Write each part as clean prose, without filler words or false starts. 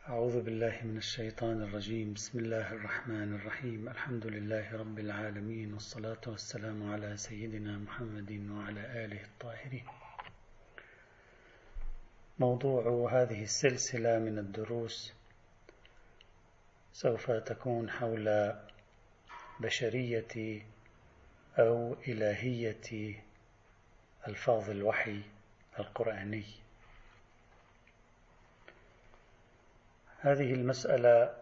أعوذ بالله من الشيطان الرجيم. بسم الله الرحمن الرحيم. الحمد لله رب العالمين، والصلاة والسلام على سيدنا محمد وعلى آله الطاهرين. موضوع هذه السلسلة من الدروس سوف تكون حول بشرية أو إلهية ألفاظ الوحي القرآني. هذه المسألة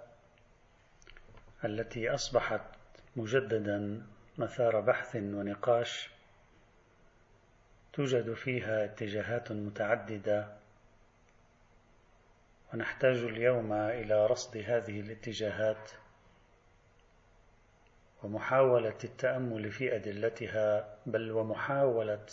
التي أصبحت مجددا مثار بحث ونقاش توجد فيها اتجاهات متعددة، ونحتاج اليوم إلى رصد هذه الاتجاهات ومحاولة التأمل في أدلتها، بل ومحاولة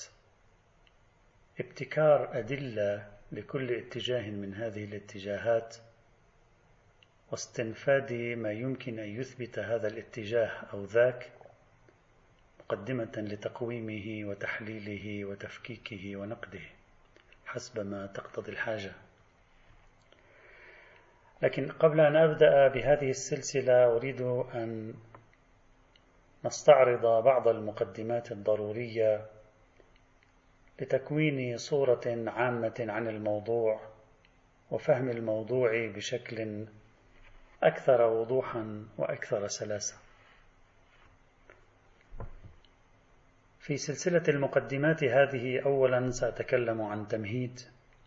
ابتكار أدلة لكل اتجاه من هذه الاتجاهات، واستنفاد ما يمكن أن يثبت هذا الاتجاه أو ذاك، مقدمة لتقويمه وتحليله وتفكيكه ونقده حسب ما تقتضي الحاجة. لكن قبل أن أبدأ بهذه السلسلة أريد أن نستعرض بعض المقدمات الضرورية لتكوين صورة عامة عن الموضوع وفهم الموضوع بشكل أكثر وضوحا وأكثر سلاسة. في سلسلة المقدمات هذه أولا سأتكلم عن تمهيد،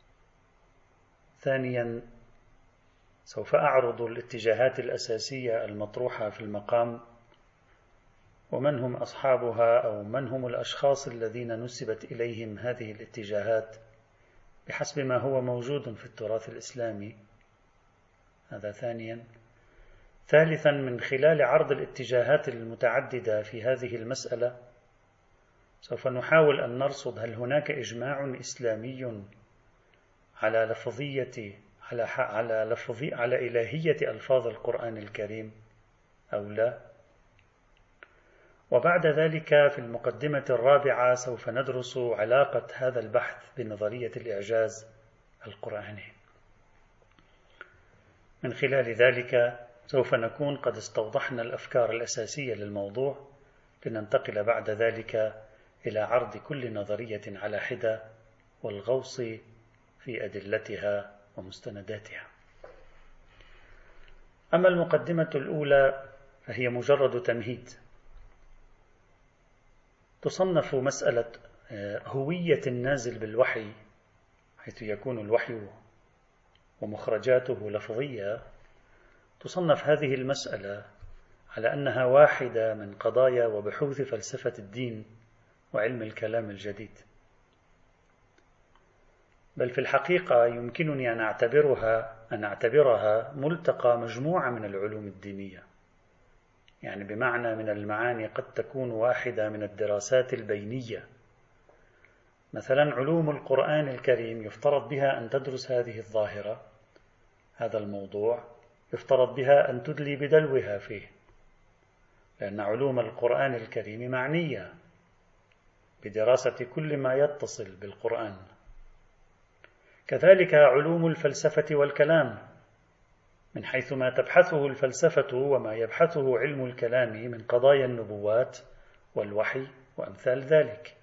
ثانيا سوف أعرض الاتجاهات الأساسية المطروحة في المقام ومن هم أصحابها أو من هم الأشخاص الذين نسبت إليهم هذه الاتجاهات بحسب ما هو موجود في التراث الإسلامي، هذا ثانيا. ثالثا، من خلال عرض الاتجاهات المتعددة في هذه المسألة سوف نحاول أن نرصد هل هناك إجماع إسلامي على على إلهية ألفاظ القرآن الكريم أو لا. وبعد ذلك في المقدمة الرابعة سوف ندرس علاقة هذا البحث بنظرية الإعجاز القرآني. من خلال ذلك سوف نكون قد استوضحنا الأفكار الأساسية للموضوع، لننتقل بعد ذلك إلى عرض كل نظرية على حدة والغوص في أدلتها ومستنداتها. أما المقدمة الأولى فهي مجرد تمهيد. تصنف مسألة هوية النازل بالوحي، حيث يكون الوحي ومخرجاته لفظية، تصنف هذه المسألة على أنها واحدة من قضايا وبحوث فلسفة الدين وعلم الكلام الجديد، بل في الحقيقة يمكنني أن أعتبرها ملتقى مجموعة من العلوم الدينية، يعني بمعنى من المعاني قد تكون واحدة من الدراسات البينية. مثلا علوم القرآن الكريم يفترض بها أن تدرس هذه الظاهرة، هذا الموضوع يفترض بها أن تدلي بدلوها فيه، لأن علوم القرآن الكريم معنية بدراسة كل ما يتصل بالقرآن. كذلك علوم الفلسفة والكلام، من حيث ما تبحثه الفلسفة وما يبحثه علم الكلام من قضايا النبوات والوحي وأمثال ذلك.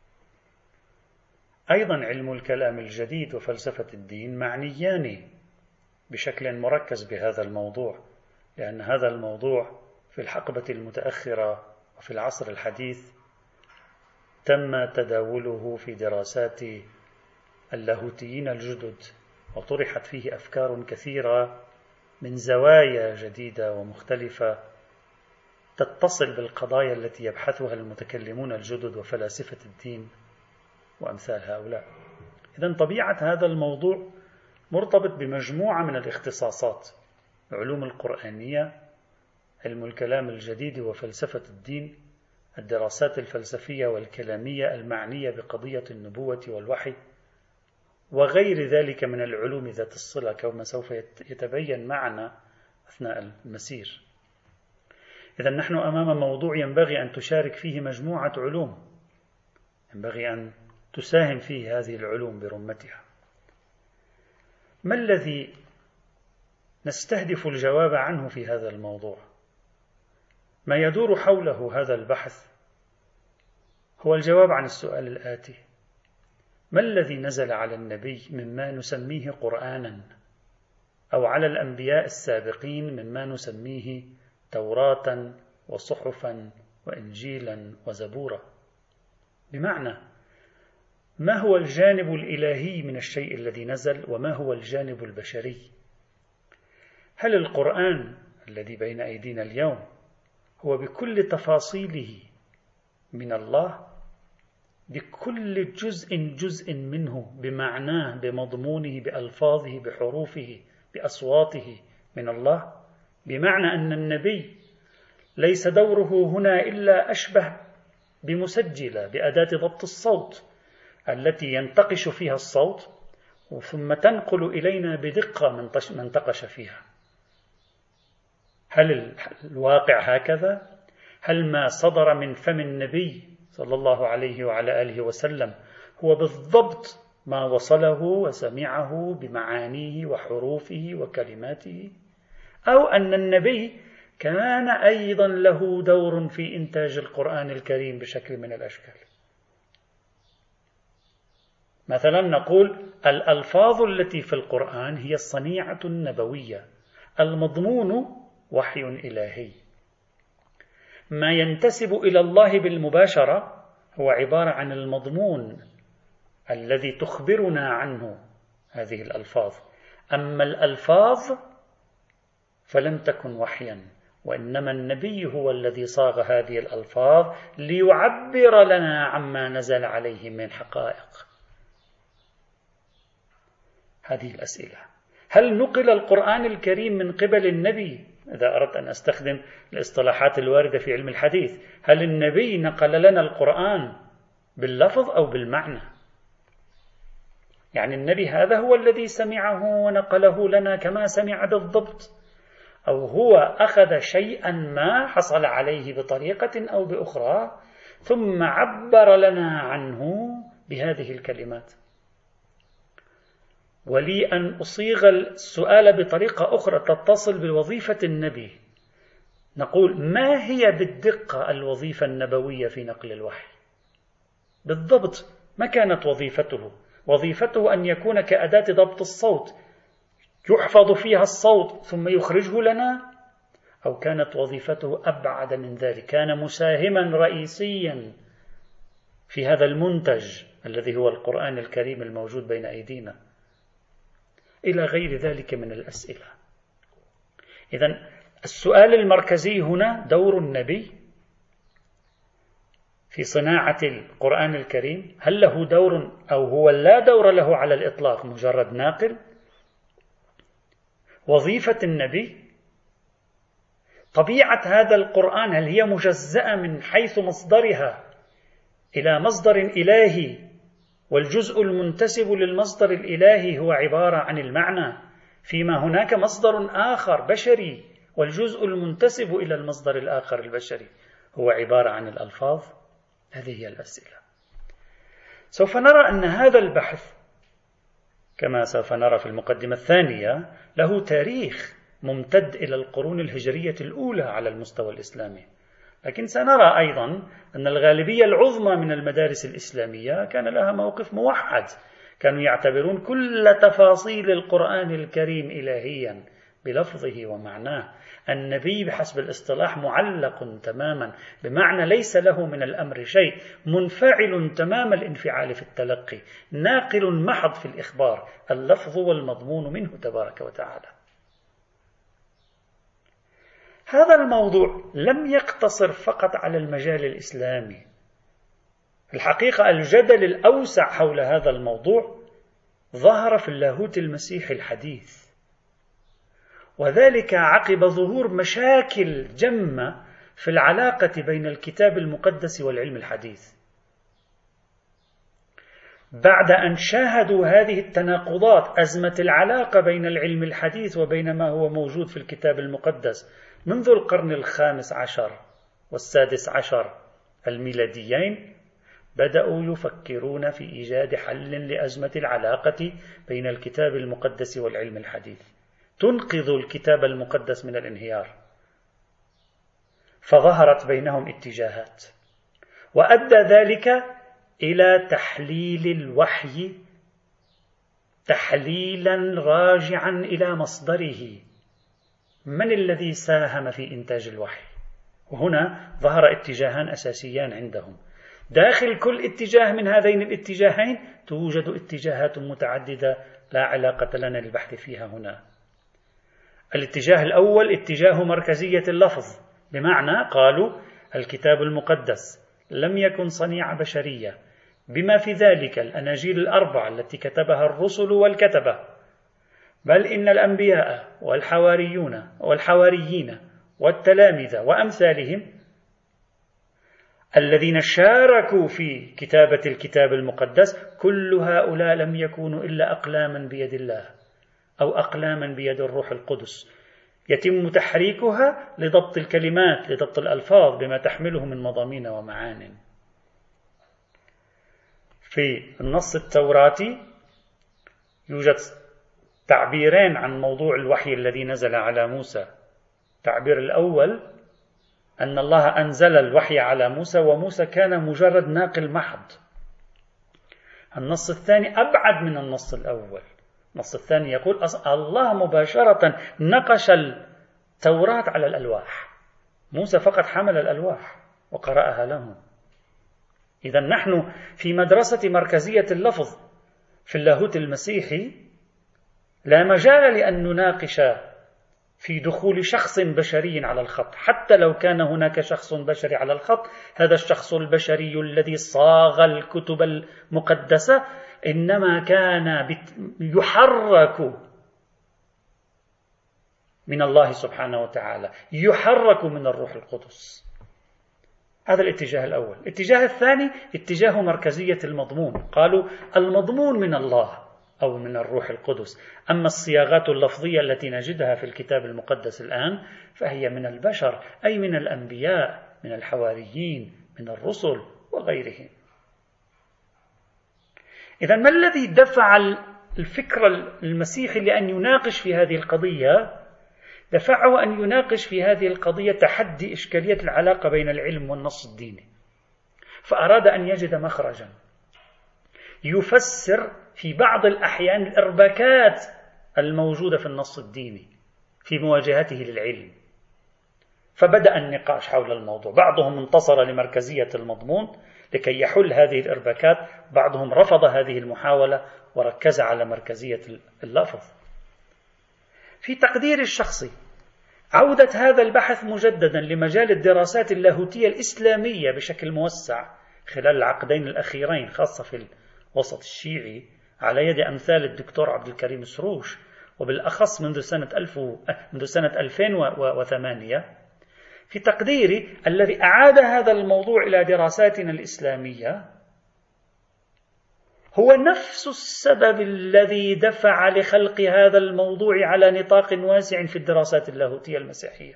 أيضا علم الكلام الجديد وفلسفة الدين معنيان بشكل مركز بهذا الموضوع، لأن هذا الموضوع في الحقبة المتأخرة وفي العصر الحديث تم تداوله في دراسات اللاهوتيين الجدد، وطرحت فيه أفكار كثيرة من زوايا جديدة ومختلفة تتصل بالقضايا التي يبحثها المتكلمون الجدد وفلاسفة الدين وأمثال هؤلاء. إذن طبيعة هذا الموضوع مرتبط بمجموعة من الاختصاصات: العلوم القرآنية، علم الكلام الجديد وفلسفة الدين، الدراسات الفلسفية والكلامية المعنية بقضية النبوة والوحي، وغير ذلك من العلوم ذات الصلة، كما سوف يتبين معنا أثناء المسير. إذن نحن أمام موضوع ينبغي أن تشارك فيه مجموعة علوم، ينبغي أن تساهم فيه هذه العلوم برمتها. ما الذي نستهدف الجواب عنه في هذا الموضوع. ما يدور حوله هذا البحث هو الجواب عن السؤال الآتي: ما الذي نزل على النبي مما نسميه قرآنا، أو على الأنبياء السابقين مما نسميه توراة وصحفا وإنجيلا وزبورا؟ بمعنى، ما هو الجانب الإلهي من الشيء الذي نزل، وما هو الجانب البشري؟ هل القرآن الذي بين أيدينا اليوم هو بكل تفاصيله من الله، بكل جزء منه، بمعناه، بمضمونه، بألفاظه، بحروفه، بأصواته، من الله؟ بمعنى أن النبي ليس دوره هنا إلا أشبه بمسجلة، بأداة ضبط الصوت التي ينتقش فيها الصوت ثم تنقل إلينا بدقة من انتقش فيها. هل الواقع هكذا؟ هل ما صدر من فم النبي صلى الله عليه وعلى آله وسلم هو بالضبط ما وصله وسمعه بمعانيه وحروفه وكلماته؟ أو أن النبي كان أيضا له دور في إنتاج القرآن الكريم بشكل من الأشكال؟ مثلا نقول الألفاظ التي في القرآن هي الصنيعة النبوية، المضمون وحي إلهي. ما ينتسب إلى الله بالمباشرة هو عبارة عن المضمون الذي تخبرنا عنه هذه الألفاظ. أما الألفاظ فلم تكن وحيا، وإنما النبي هو الذي صاغ هذه الألفاظ ليعبر لنا عما نزل عليه من حقائق. هذه الأسئلة: هل نقل القرآن الكريم من قبل النبي؟ إذا أردت أن أستخدم الاصطلاحات الواردة في علم الحديث، هل النبي نقل لنا القرآن باللفظ أو بالمعنى؟ يعني النبي هذا هو الذي سمعه ونقله لنا كما سمع بالضبط، أو هو أخذ شيئا ما حصل عليه بطريقة أو بأخرى ثم عبر لنا عنه بهذه الكلمات؟ ولي أن أصيغ السؤال بطريقة أخرى تتصل بوظيفة النبي. نقول: ما هي بالدقة الوظيفة النبوية في نقل الوحي؟ بالضبط ما كانت وظيفته؟ وظيفته أن يكون كأداة ضبط الصوت يحفظ فيها الصوت ثم يخرجه لنا، أو كانت وظيفته أبعد من ذلك؟ كان مساهما رئيسيا في هذا المنتج الذي هو القرآن الكريم الموجود بين أيدينا، إلى غير ذلك من الأسئلة. إذن السؤال المركزي هنا دور النبي في صناعة القرآن الكريم. هل له دور أو هو لا دور له على الإطلاق، مجرد ناقل؟ وظيفة النبي، طبيعة هذا القرآن، هل هي مجزأة من حيث مصدرها إلى مصدر إلهي، والجزء المنتسب للمصدر الإلهي هو عبارة عن المعنى، فيما هناك مصدر آخر بشري والجزء المنتسب إلى المصدر الآخر البشري هو عبارة عن الألفاظ؟ هذه هي الأسئلة. سوف نرى أن هذا البحث كما سوف نرى في المقدمة الثانية له تاريخ ممتد إلى القرون الهجرية الأولى على المستوى الإسلامي، لكن سنرى أيضا أن الغالبية العظمى من المدارس الإسلامية كان لها موقف موحد، كانوا يعتبرون كل تفاصيل القرآن الكريم إلهيا بلفظه ومعناه. النبي بحسب الاصطلاح معلق تماما، بمعنى ليس له من الأمر شيء، منفعل تمام الانفعال في التلقي، ناقل محض في الإخبار، اللفظ والمضمون منه تبارك وتعالى. هذا الموضوع لم يقتصر فقط على المجال الإسلامي. الحقيقة الجدل الأوسع حول هذا الموضوع ظهر في اللاهوت المسيحي الحديث، وذلك عقب ظهور مشاكل جمة في العلاقة بين الكتاب المقدس والعلم الحديث. بعد أن شاهدوا هذه التناقضات، أزمة العلاقة بين العلم الحديث وبين ما هو موجود في الكتاب المقدس منذ القرن الخامس عشر والسادس عشر الميلاديين، بدأوا يفكرون في إيجاد حل لأزمة العلاقة بين الكتاب المقدس والعلم الحديث. تنقذ الكتاب المقدس من الانهيار، فظهرت بينهم اتجاهات، وأدى ذلك إلى تحليل الوحي تحليلا راجعا إلى مصدره. من الذي ساهم في إنتاج الوحي؟ وهنا ظهر اتجاهان أساسيان عندهم. داخل كل اتجاه من هذين الاتجاهين توجد اتجاهات متعددة لا علاقة لنا للبحث فيها هنا. الاتجاه الأول اتجاه مركزية اللفظ، بمعنى قالوا الكتاب المقدس لم يكن صنيع بشرية، بما في ذلك الأناجيل الأربعة التي كتبها الرسل والكتبة، بل إن الأنبياء والحواريين والتلامذة وأمثالهم الذين شاركوا في كتابة الكتاب المقدس، كل هؤلاء لم يكونوا إلا أقلاما بيد الله أو أقلاما بيد الروح القدس، يتم تحريكها لضبط الكلمات، لضبط الألفاظ بما تحمله من مضامين ومعان. في النص التوراتي يوجد تعبيرين عن موضوع الوحي الذي نزل على موسى. التعبير الأول أن الله أنزل الوحي على موسى وموسى كان مجرد ناقل محض. النص الثاني أبعد من النص الأول. النص الثاني يقول الله مباشرة نقش التوراة على الألواح، موسى فقط حمل الألواح وقرأها لهم. إذن نحن في مدرسة مركزية اللفظ في اللاهوت المسيحي لا مجال لأن نناقش في دخول شخص بشري على الخط، حتى لو كان هناك شخص بشري على الخط. هذا الشخص البشري الذي صاغ الكتب المقدسة إنما كان يحرك من الله سبحانه وتعالى، يحرك من الروح القدس. هذا الاتجاه الأول. الاتجاه الثاني اتجاه مركزية المضمون، قالوا المضمون من الله أو من الروح القدس، أما الصياغات اللفظية التي نجدها في الكتاب المقدس الآن فهي من البشر، أي من الأنبياء، من الحواريين، من الرسل وغيرهم. إذن ما الذي دفع الفكر المسيحي لأن يناقش في هذه القضية؟ دفعه أن يناقش في هذه القضية تحدي إشكالية العلاقة بين العلم والنص الديني، فأراد أن يجد مخرجا يفسر في بعض الأحيان الإرباكات الموجودة في النص الديني في مواجهته للعلم. فبدأ النقاش حول الموضوع، بعضهم انتصر لمركزية المضمون لكي يحل هذه الإرباكات، بعضهم رفض هذه المحاولة وركز على مركزية اللفظ. في تقدير الشخصي عودة هذا البحث مجددا لمجال الدراسات اللاهوتية الإسلامية بشكل موسع خلال العقدين الأخيرين، خاصة في الوسط الشيعي على يد أمثال الدكتور عبد الكريم سروش، وبالأخص منذ سنة 2008. في تقديري الذي أعاد هذا الموضوع إلى دراساتنا الإسلامية هو نفس السبب الذي دفع لخلق هذا الموضوع على نطاق واسع في الدراسات اللاهوتية المسيحية.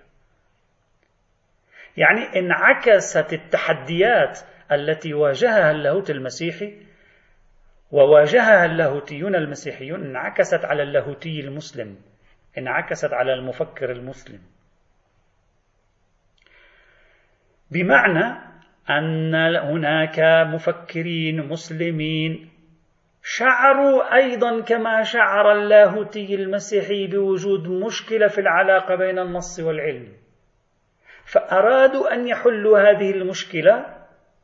يعني انعكست التحديات التي واجهها اللاهوت المسيحي وواجهها اللاهوتيون المسيحيون، انعكست على اللاهوتي المسلم، انعكست على المفكر المسلم، بمعنى أن هناك مفكرين مسلمين شعروا أيضا كما شعر اللاهوتي المسيحي بوجود مشكلة في العلاقة بين النص والعلم، فأرادوا أن يحلوا هذه المشكلة،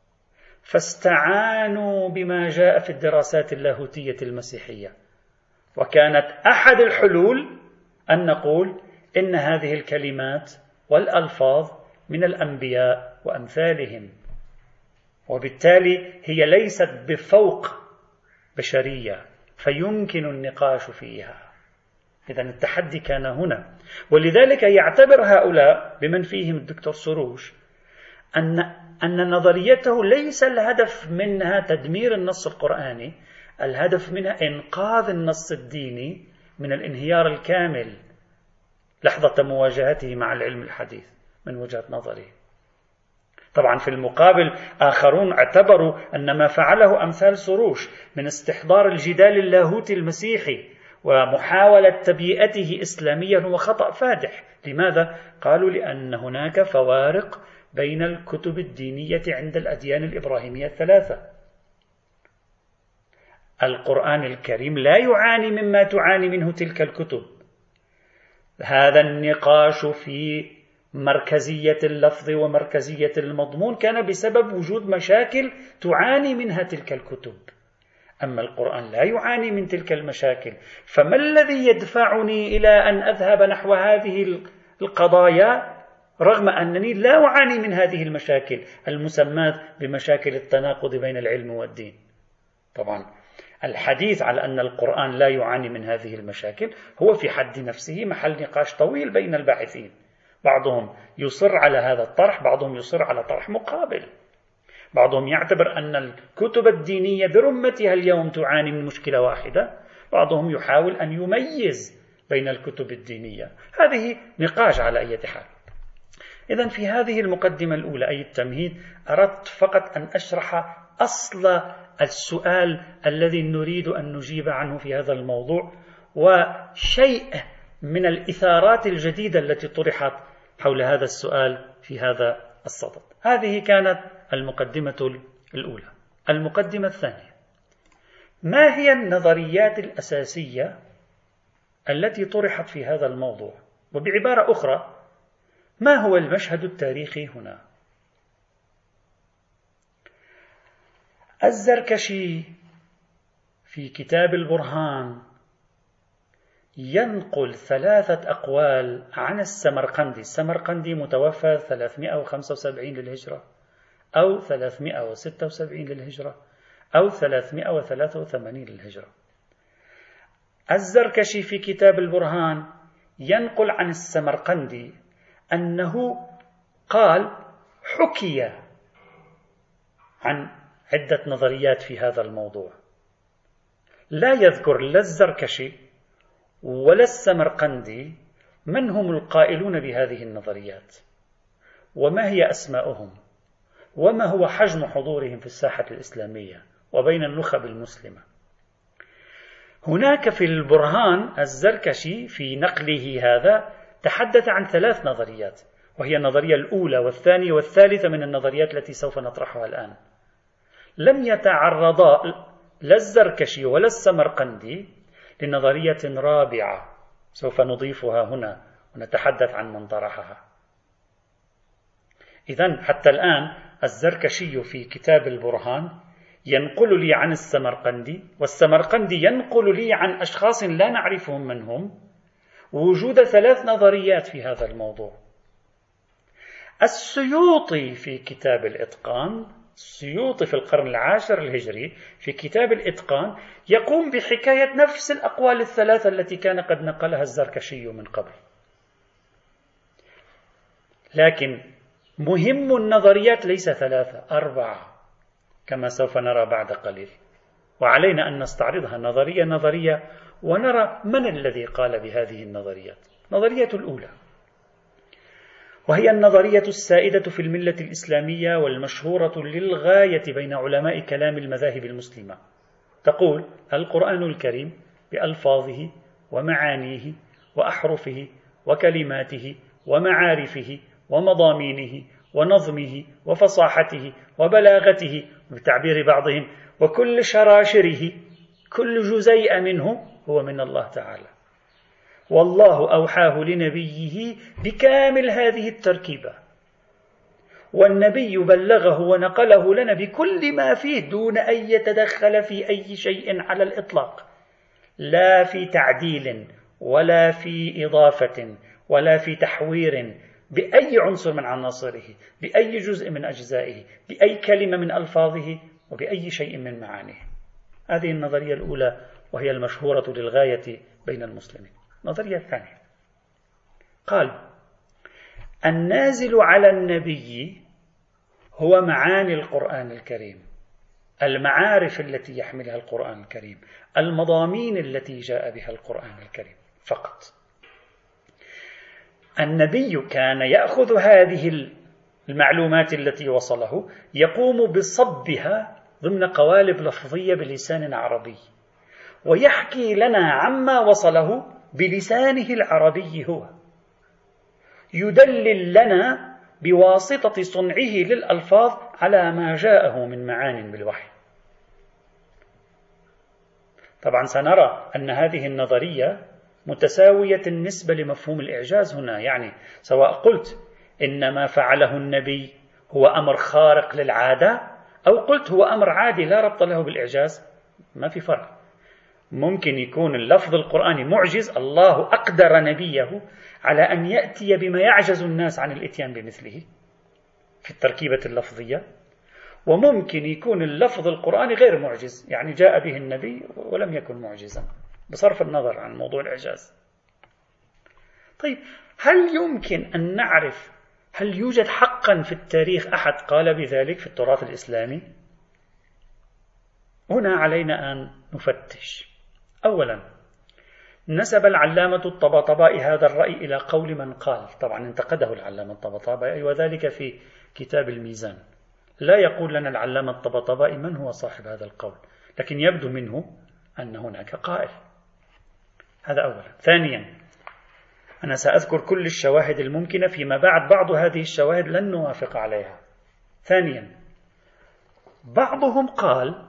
فاستعانوا بما جاء في الدراسات اللاهوتية المسيحية. وكانت أحد الحلول أن نقول إن هذه الكلمات والألفاظ من الأنبياء وأمثالهم، وبالتالي هي ليست بفوق بشرية فيمكن النقاش فيها. إذن التحدي كان هنا، ولذلك يعتبر هؤلاء بمن فيهم الدكتور سروش أن نظريته ليس الهدف منها تدمير النص القرآني، الهدف منها إنقاذ النص الديني من الانهيار الكامل لحظة مواجهته مع العلم الحديث من وجهة نظري. طبعا في المقابل آخرون اعتبروا أن ما فعله أمثال سروش من استحضار الجدال اللاهوتي المسيحي ومحاولة تبيئته إسلاميا هو خطأ فادح. لماذا؟ قالوا لأن هناك فوارق بين الكتب الدينية عند الأديان الإبراهيمية الثلاثة. القرآن الكريم لا يعاني مما تعاني منه تلك الكتب. هذا النقاش في مركزية اللفظ ومركزية المضمون كان بسبب وجود مشاكل تعاني منها تلك الكتب، أما القرآن لا يعاني من تلك المشاكل. فما الذي يدفعني إلى أن أذهب نحو هذه القضايا رغم أنني لا أعاني من هذه المشاكل المسماة بمشاكل التناقض بين العلم والدين؟ طبعا الحديث على أن القرآن لا يعاني من هذه المشاكل هو في حد نفسه محل نقاش طويل بين الباحثين. بعضهم يصر على هذا الطرح، بعضهم يصر على طرح مقابل. بعضهم يعتبر أن الكتب الدينية برمتها اليوم تعاني من مشكلة واحدة، بعضهم يحاول أن يميز بين الكتب الدينية. هذه نقاش على أي حال. إذن في هذه المقدمة الأولى أي التمهيد أردت فقط أن أشرح أصل السؤال الذي نريد أن نجيب عنه في هذا الموضوع، وشيء من الإثارات الجديدة التي طرحت حول هذا السؤال في هذا الصدد. هذه كانت المقدمة الأولى. المقدمة الثانية: ما هي النظريات الأساسية التي طرحت في هذا الموضوع؟ وبعبارة أخرى، ما هو المشهد التاريخي هنا؟ الزركشي في كتاب البرهان ينقل 3 أقوال عن السمرقندي. السمرقندي متوفى 375 للهجرة أو 376 للهجرة أو 383 للهجرة. الزركشي في كتاب البرهان ينقل عن السمرقندي أنه قال حكي عن عدة نظريات في هذا الموضوع. لا يذكر لا الزركشي ولا السمرقندي من هم القائلون بهذه النظريات، وما هي أسماؤهم، وما هو حجم حضورهم في الساحة الإسلامية وبين النخب المسلمة. هناك في البرهان الزركشي في نقله هذا تحدث عن 3 نظريات، وهي النظرية الأولى والثانية والثالثة من النظريات التي سوف نطرحها الآن. لم يتعرضا لا الزركشي ولا السمرقندي لنظرية رابعة سوف نضيفها هنا ونتحدث عن من طرحها. إذن حتى الآن الزركشي في كتاب البرهان ينقل لي عن السمرقندي، والسمرقندي ينقل لي عن أشخاص لا نعرفهم من هم، وجود 3 نظريات في هذا الموضوع. السيوطي في كتاب الإتقان، السيوطي في القرن 10 الهجري في كتاب الإتقان يقوم بحكاية نفس الأقوال ال3 التي كان قد نقلها الزركشي من قبل. لكن مهم النظريات ليس 3 4 كما سوف نرى بعد قليل، وعلينا أن نستعرضها نظرية ونرى من الذي قال بهذه النظريات. نظرية الأولى وهي النظرية السائدة في الملة الإسلامية والمشهورة للغاية بين علماء كلام المذاهب المسلمة، تقول القرآن الكريم بألفاظه ومعانيه وأحرفه وكلماته ومعارفه ومضامينه ونظمه وفصاحته وبلاغته بتعبير بعضهم وكل شراشره، كل جزيء منه هو من الله تعالى، والله أوحاه لنبيه بكامل هذه التركيبة، والنبي بلغه ونقله لنا بكل ما فيه دون أن يتدخل في أي شيء على الإطلاق، لا في تعديل ولا في إضافة ولا في تحوير بأي عنصر من عناصره، بأي جزء من أجزائه، بأي كلمة من ألفاظه، وبأي شيء من معانيه. هذه النظرية الأولى وهي المشهورة للغاية بين المسلمين. النظرية الثانية قال النازل على النبي هو معاني القرآن الكريم، المعارف التي يحملها القرآن الكريم، المضامين التي جاء بها القرآن الكريم فقط. النبي كان يأخذ هذه المعلومات التي وصله يقوم بصبها ضمن قوالب لفظية بلسان عربي، ويحكي لنا عما وصله بلسانه العربي، هو يدلل لنا بواسطة صنعه للألفاظ على ما جاءه من معان بالوحي. طبعا سنرى أن هذه النظرية متساوية النسبة لمفهوم الإعجاز هنا، يعني سواء قلت إن ما فعله النبي هو أمر خارق للعادة أو قلت هو أمر عادي لا ربط له بالإعجاز، ما في فرق. ممكن يكون اللفظ القرآني معجز، الله أقدر نبيه على أن يأتي بما يعجز الناس عن الإتيان بمثله في التركيبة اللفظية، وممكن يكون اللفظ القرآني غير معجز، يعني جاء به النبي ولم يكن معجزا، بصرف النظر عن موضوع الإعجاز. طيب، هل يمكن أن نعرف هل يوجد حقا في التاريخ أحد قال بذلك في التراث الإسلامي؟ هنا علينا أن نفتش. أولا، نسب العلامة الطباطبائي هذا الرأي إلى قول من قال، طبعا انتقده العلامة الطباطبائي وذلك في كتاب الميزان. لا يقول لنا العلامة الطباطبائي من هو صاحب هذا القول، لكن يبدو منه أن هناك قائل. هذا أولا. ثانيا، أنا سأذكر كل الشواهد الممكنة، فيما بعد بعض هذه الشواهد لن نوافق عليها. ثانيا، بعضهم قال،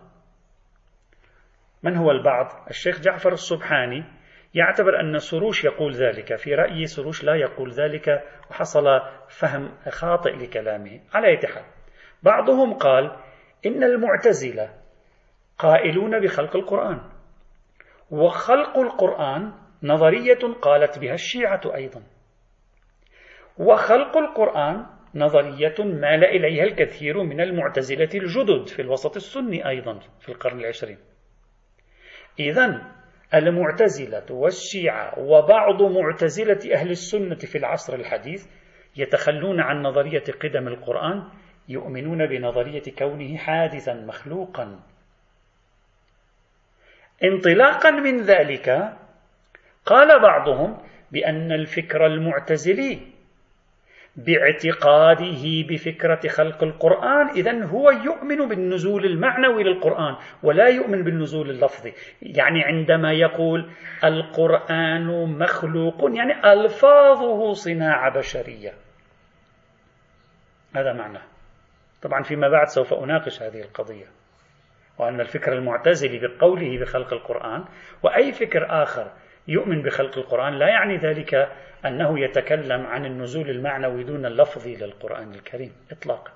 من هو البعض؟ الشيخ جعفر السبحاني يعتبر أن سروش يقول ذلك، في رأيي سروش لا يقول ذلك وحصل فهم خاطئ لكلامه. على أي حال، بعضهم قال إن المعتزلة قائلون بخلق القرآن، وخلق القرآن نظرية قالت بها الشيعة أيضا، وخلق القرآن نظرية مال إليها الكثير من المعتزلة الجدد في الوسط السني أيضا في القرن العشرين. إذن المعتزلة والشيعة وبعض معتزلة أهل السنة في العصر الحديث يتخلون عن نظرية قدم القرآن، يؤمنون بنظرية كونه حادثا مخلوقا. انطلاقا من ذلك قال بعضهم بأن الفكر المعتزلي باعتقاده بفكرة خلق القرآن إذن هو يؤمن بالنزول المعنوي للقرآن ولا يؤمن بالنزول اللفظي. يعني عندما يقول القرآن مخلوق يعني ألفاظه صناعة بشرية، هذا معناه. طبعا فيما بعد سوف أناقش هذه القضية، وأن الفكر المعتزلي بقوله بخلق القرآن وأي فكر آخر يؤمن بخلق القرآن لا يعني ذلك أنه يتكلم عن النزول المعنوي دون اللفظي للقرآن الكريم إطلاقا.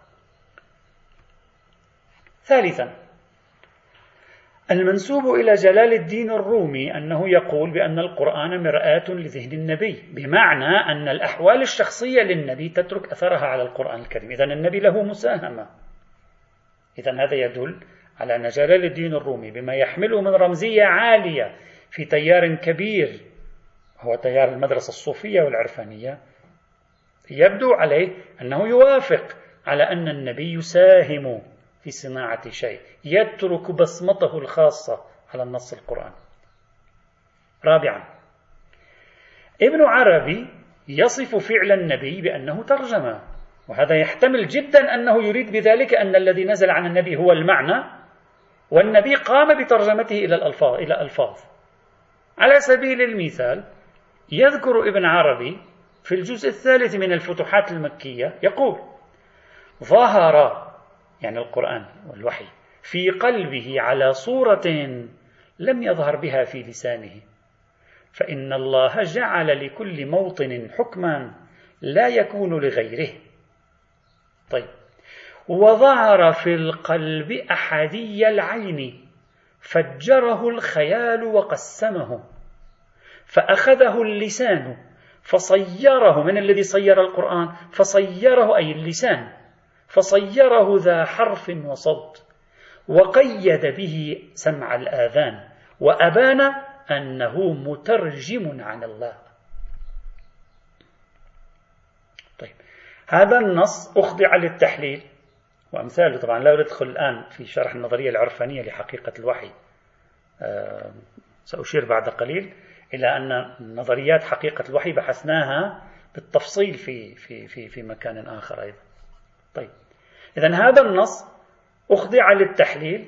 ثالثا، المنسوب إلى جلال الدين الرومي أنه يقول بأن القرآن مرآة لذهن النبي، بمعنى أن الأحوال الشخصية للنبي تترك أثرها على القرآن الكريم، إذن النبي له مساهمة. إذن هذا يدل على أن جلال الدين الرومي بما يحمله من رمزية عالية في تيار كبير هو تيار المدرسة الصوفية والعرفانية، يبدو عليه أنه يوافق على أن النبي يساهم في صناعة شيء، يترك بصمته الخاصة على النص القرآني. رابعا، ابن عربي يصف فعل النبي بأنه ترجمة، وهذا يحتمل جدا أنه يريد بذلك أن الذي نزل عن النبي هو المعنى، والنبي قام بترجمته إلى ألفاظ. على سبيل المثال، يذكر ابن عربي في الجزء الثالث من الفتوحات المكية يقول: ظهر يعني القرآن والوحي في قلبه على صورة لم يظهر بها في لسانه، فإن الله جعل لكل موطن حكما لا يكون لغيره. طيب، وظهر في القلب أحدي العين فجره الخيال وقسمه، فأخذه اللسان فصيره، من الذي صير القرآن؟ فصيره أي اللسان، فصيره ذا حرف وصوت، وقيد به سمع الآذان، وأبان أنه مترجم عن الله. طيب، هذا النص أخضع للتحليل وأمثاله. طبعا لا أدخل الآن في شرح النظرية العرفانية لحقيقة الوحي، سأشير بعد قليل إلى أن نظريات حقيقة الوحي بحثناها بالتفصيل في مكان آخر أيضا. طيب، إذن هذا النص أخضع للتحليل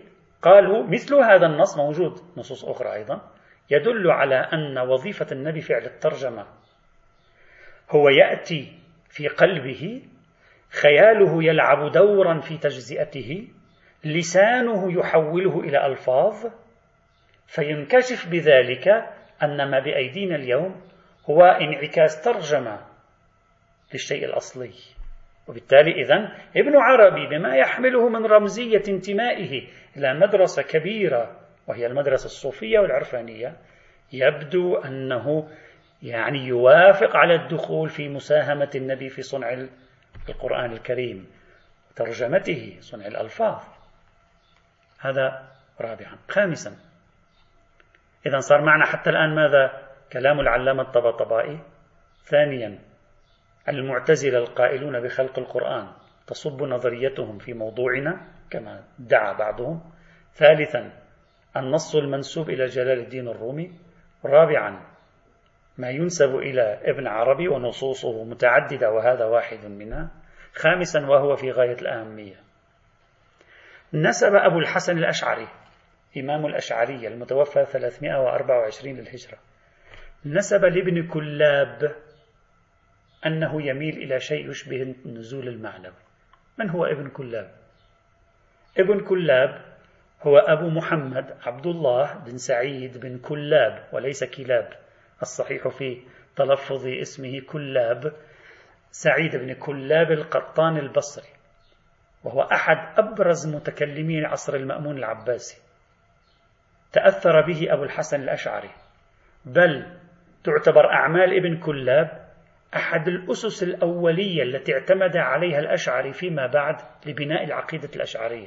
قالوا مثل هذا النص موجود نصوص أخرى أيضا يدل على أن وظيفة النبي فعل الترجمة، هو يأتي في قلبه، خياله يلعب دورا في تجزئته، لسانه يحوله إلى ألفاظ، فينكشف بذلك أن ما بأيدينا اليوم هو انعكاس ترجمة للشيء الأصلي. وبالتالي إذن ابن عربي بما يحمله من رمزية انتمائه إلى مدرسة كبيرة وهي المدرسة الصوفية والعرفانية، يبدو أنه يعني يوافق على الدخول في مساهمة النبي في صنع القرآن الكريم وترجمته، صنع الألفاظ. هذا رابعا. خامسا، إذن صار معنا حتى الآن ماذا؟ كلام العلامة الطباطبائي. ثانيا، المعتزلة القائلون بخلق القرآن تصب نظريتهم في موضوعنا كما ادعى بعضهم. ثالثا، النص المنسوب إلى جلال الدين الرومي. رابعا، ما ينسب إلى ابن عربي ونصوصه متعددة وهذا واحد منها. خامسا، وهو في غاية الأهمية، نسب أبو الحسن الأشعري إمام الأشعرية المتوفى 324 للهجرة، نسب لابن كلاب أنه يميل إلى شيء يشبه النزول المعنوي. من هو ابن كلاب؟ ابن كلاب هو أبو محمد عبد الله بن سعيد بن كلاب وليس كلاب، الصحيح في تلفظ اسمه كلاب، سعيد بن كلاب القطان البصري، وهو أحد أبرز متكلمي عصر المأمون العباسي. تأثر به أبو الحسن الأشعري، بل تعتبر أعمال ابن كلاب أحد الأسس الأولية التي اعتمد عليها الأشعري فيما بعد لبناء العقيدة الأشعرية.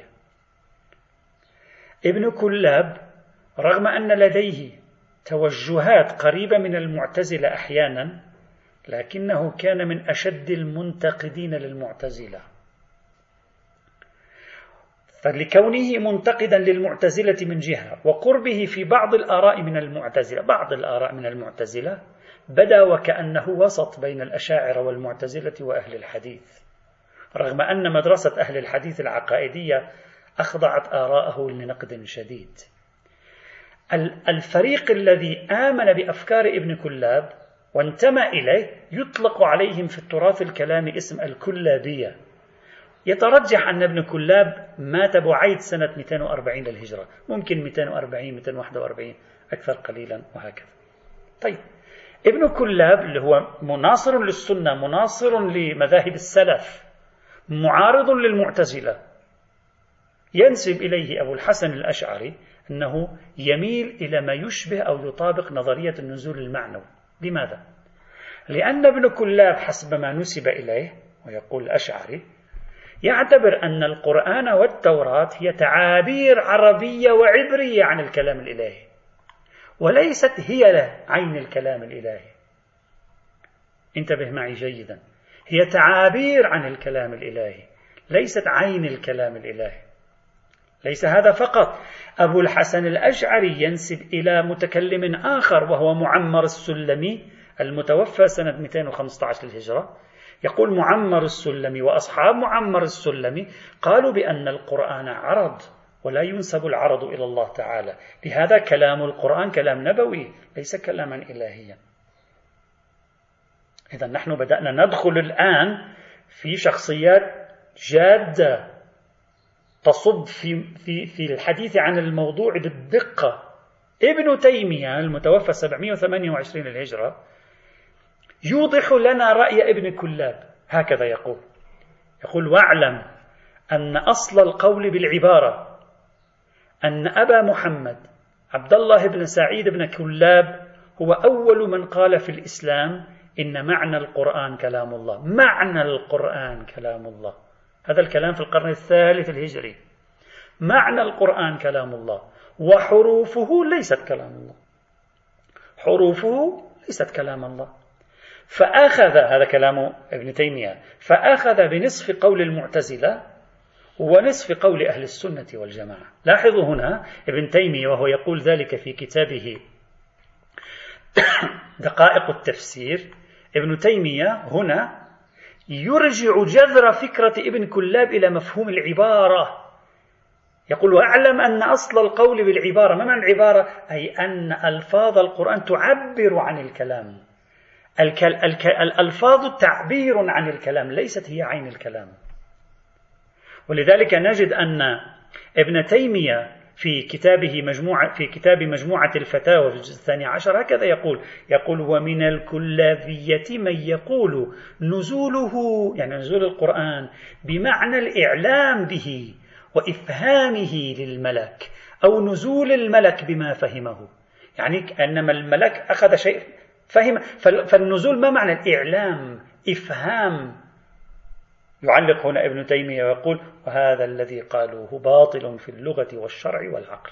ابن كلاب رغم أن لديه توجهات قريبة من المعتزلة أحيانا، لكنه كان من أشد المنتقدين للمعتزلة، فلكونه منتقدا للمعتزلة من جهة وقربه في بعض الآراء من المعتزلة بدا وكأنه وسط بين الأشاعرة والمعتزلة وأهل الحديث، رغم أن مدرسة أهل الحديث العقائدية أخضعت آراءه لنقد شديد. الفريق الذي آمن بأفكار ابن كلاب وانتمى إليه يطلق عليهم في التراث الكلامي اسم الكلابية. يترجح أن ابن كلاب مات بعيد سنة 240 للهجرة، ممكن 240 241 أكثر قليلا وهكذا. طيب، ابن كلاب اللي هو مناصر للسنة، مناصر لمذاهب السلف، معارض للمعتزلة، ينسب إليه أبو الحسن الأشعري أنه يميل إلى ما يشبه أو يطابق نظرية النزول المعنوي. لماذا؟ لأن ابن كلاب حسب ما نسب إليه، ويقول الأشعري، يعتبر أن القرآن والتوراة هي تعابير عربية وعبرية عن الكلام الإلهي، وليست هي له عين الكلام الإلهي. انتبه معي جيدا، هي تعابير عن الكلام الإلهي ليست عين الكلام الإلهي. ليس هذا فقط، أبو الحسن الأشعري ينسب إلى متكلم آخر وهو معمر السلمي المتوفى سنة 215 للهجرة، يقول معمر السلمي وأصحاب معمر السلمي قالوا بأن القرآن عرض ولا ينسب العرض إلى الله تعالى، لهذا كلام القرآن كلام نبوي ليس كلاما إلهيا. إذا نحن بدأنا ندخل الآن في شخصيات جادة تصب في الحديث عن الموضوع بالدقة. ابن تيمية المتوفى 728 للهجرة يوضح لنا رأي ابن كلاب، هكذا يقول: واعلم أن أصل القول بالعبارة أن أبا محمد عبد الله بن سعيد بن كلاب هو أول من قال في الإسلام إن معنى القرآن كلام الله. معنى القرآن كلام الله، هذا الكلام في القرن الثالث الهجري. معنى القرآن كلام الله وحروفه ليست كلام الله، حروفه ليست كلام الله. فأخذ، هذا كلام ابن تيمية، فأخذ بنصف قول المعتزلة ونصف قول أهل السنة والجماعة. لاحظوا هنا ابن تيمية وهو يقول ذلك في كتابه دقائق التفسير، ابن تيمية هنا يرجع جذر فكرة ابن كلاب إلى مفهوم العبارة، يقول وأعلم أن أصل القول بالعبارة، ما معنى العبارة؟ أي أن ألفاظ القرآن تعبر عن الكلام. الألفاظ تعبير عن الكلام، ليست هي عين الكلام. ولذلك نجد أن ابن تيمية في كتاب مجموعة الفتاوى في الجزء 12 هكذا يقول ومن الكلابية من يقول نزوله، يعني نزول القرآن، بمعنى الإعلام به وإفهامه للملك، أو نزول الملك بما فهمه، يعني أنما الملك أخذ شيء فهم. فالنزول ما معنى؟ الإعلام، إفهام. يعلق هنا ابن تيمية ويقول وهذا الذي قالوه باطل في اللغة والشرع والعقل.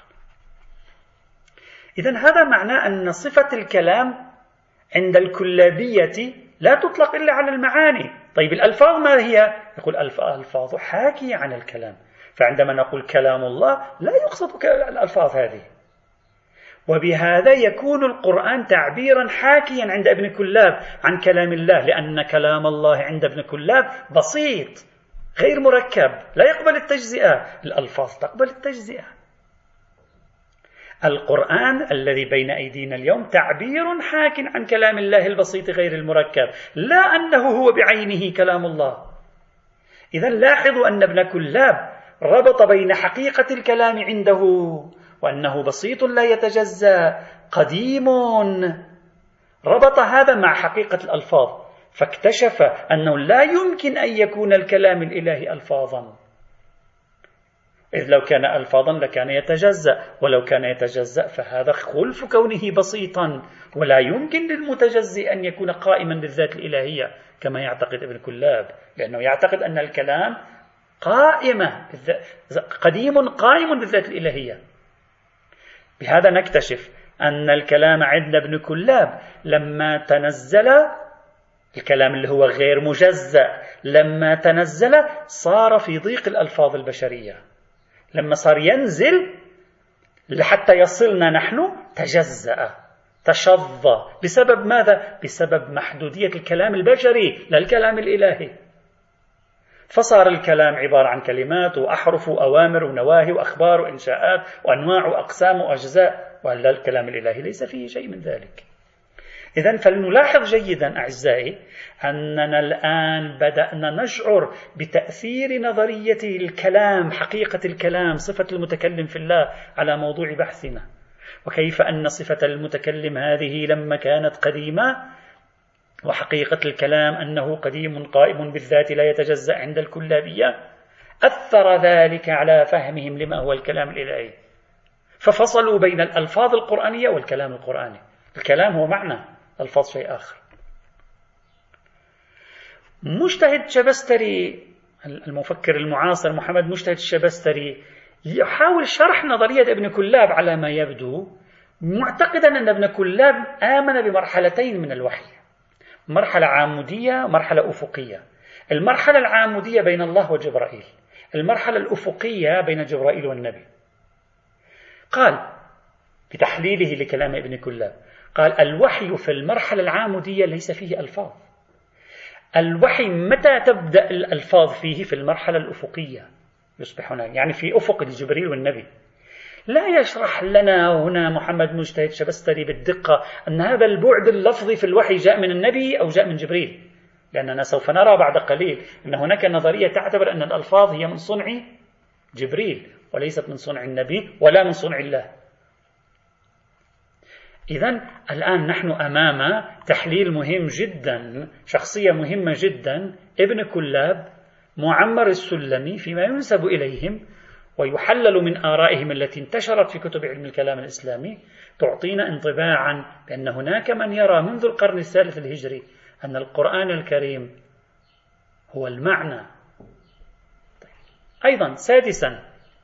إذن هذا معناه أن صفة الكلام عند الكلابية لا تطلق إلا على المعاني. طيب الألفاظ ما هي؟ يقول الألفاظ حاكية عن الكلام، فعندما نقول كلام الله لا يقصد الألفاظ هذه. وبهذا يكون القرآن تعبيرا حاكيا عند ابن كلاب عن كلام الله، لأن كلام الله عند ابن كلاب بسيط غير مركب لا يقبل التجزئة، الألفاظ تقبل التجزئة. القرآن الذي بين أيدينا اليوم تعبير حاك عن كلام الله البسيط غير المركب، لا أنه هو بعينه كلام الله. إذن لاحظوا أن ابن كلاب ربط بين حقيقة الكلام عنده وأنه بسيط لا يتجزأ قديم، ربط هذا مع حقيقة الألفاظ، فاكتشف أنه لا يمكن أن يكون الكلام الإلهي ألفاظا، إذ لو كان ألفاظا لكان يتجزأ، ولو كان يتجزأ فهذا خلف كونه بسيطا، ولا يمكن للمتجزئ أن يكون قائما بالذات الإلهية كما يعتقد ابن كلاب، لأنه يعتقد أن الكلام قديم قائم بالذات الإلهية. بهذا نكتشف أن الكلام عند ابن كلاب لما تنزل، الكلام اللي هو غير مجزأ لما تنزل صار في ضيق الألفاظ البشرية، لما صار ينزل لحتى يصلنا نحن تجزأ تشظى. بسبب ماذا؟ بسبب محدودية الكلام البشري لا الكلام الإلهي، فصار الكلام عبارة عن كلمات وأحرف وأوامر ونواهي وأخبار وإنشاءات وأنواع وأقسام وأجزاء، وهذا الكلام الإلهي ليس فيه شيء من ذلك. إذن فلنلاحظ جيدا أعزائي أننا الآن بدأنا نشعر بتأثير نظرية الكلام، حقيقة الكلام، صفة المتكلم في الله على موضوع بحثنا، وكيف أن صفة المتكلم هذه لما كانت قديمة وحقيقة الكلام أنه قديم قائم بالذات لا يتجزأ عند الكلابية، أثر ذلك على فهمهم لما هو الكلام الإلهي، ففصلوا بين الألفاظ القرآنية والكلام القرآني. الكلام هو معنى، الفاظ شيء آخر. مجتهد شبستري المفكر المعاصر محمد مجتهد الشبستري يحاول شرح نظرية ابن كلاب على ما يبدو، معتقدا أن ابن كلاب آمن بمرحلتين من الوحي، مرحلة عامودية ومرحلة أفقية. المرحلة العامودية بين الله وجبرائيل، المرحلة الأفقية بين جبرائيل والنبي. قال في تحليله لكلام ابن كلاب، قال الوحي في المرحلة العامودية ليس فيه ألفاظ، الوحي متى تبدأ الألفاظ فيه؟ في المرحلة الأفقية، يصبح هناك يعني في أفق جبريل والنبي. لا يشرح لنا هنا محمد مجتهد شبستري بالدقة أن هذا البعد اللفظي في الوحي جاء من النبي أو جاء من جبريل، لأننا سوف نرى بعد قليل أن هناك نظرية تعتبر أن الألفاظ هي من صنع جبريل وليست من صنع النبي ولا من صنع الله. إذن الآن نحن أمام تحليل مهم جدا، شخصية مهمة جدا، ابن كلاب معمر السلمي فيما ينسب إليهم ويحلل من آرائهم التي انتشرت في كتب علم الكلام الإسلامي، تعطينا انطباعا بأن هناك من يرى منذ القرن الثالث الهجري أن القرآن الكريم هو المعنى. أيضا سادسا،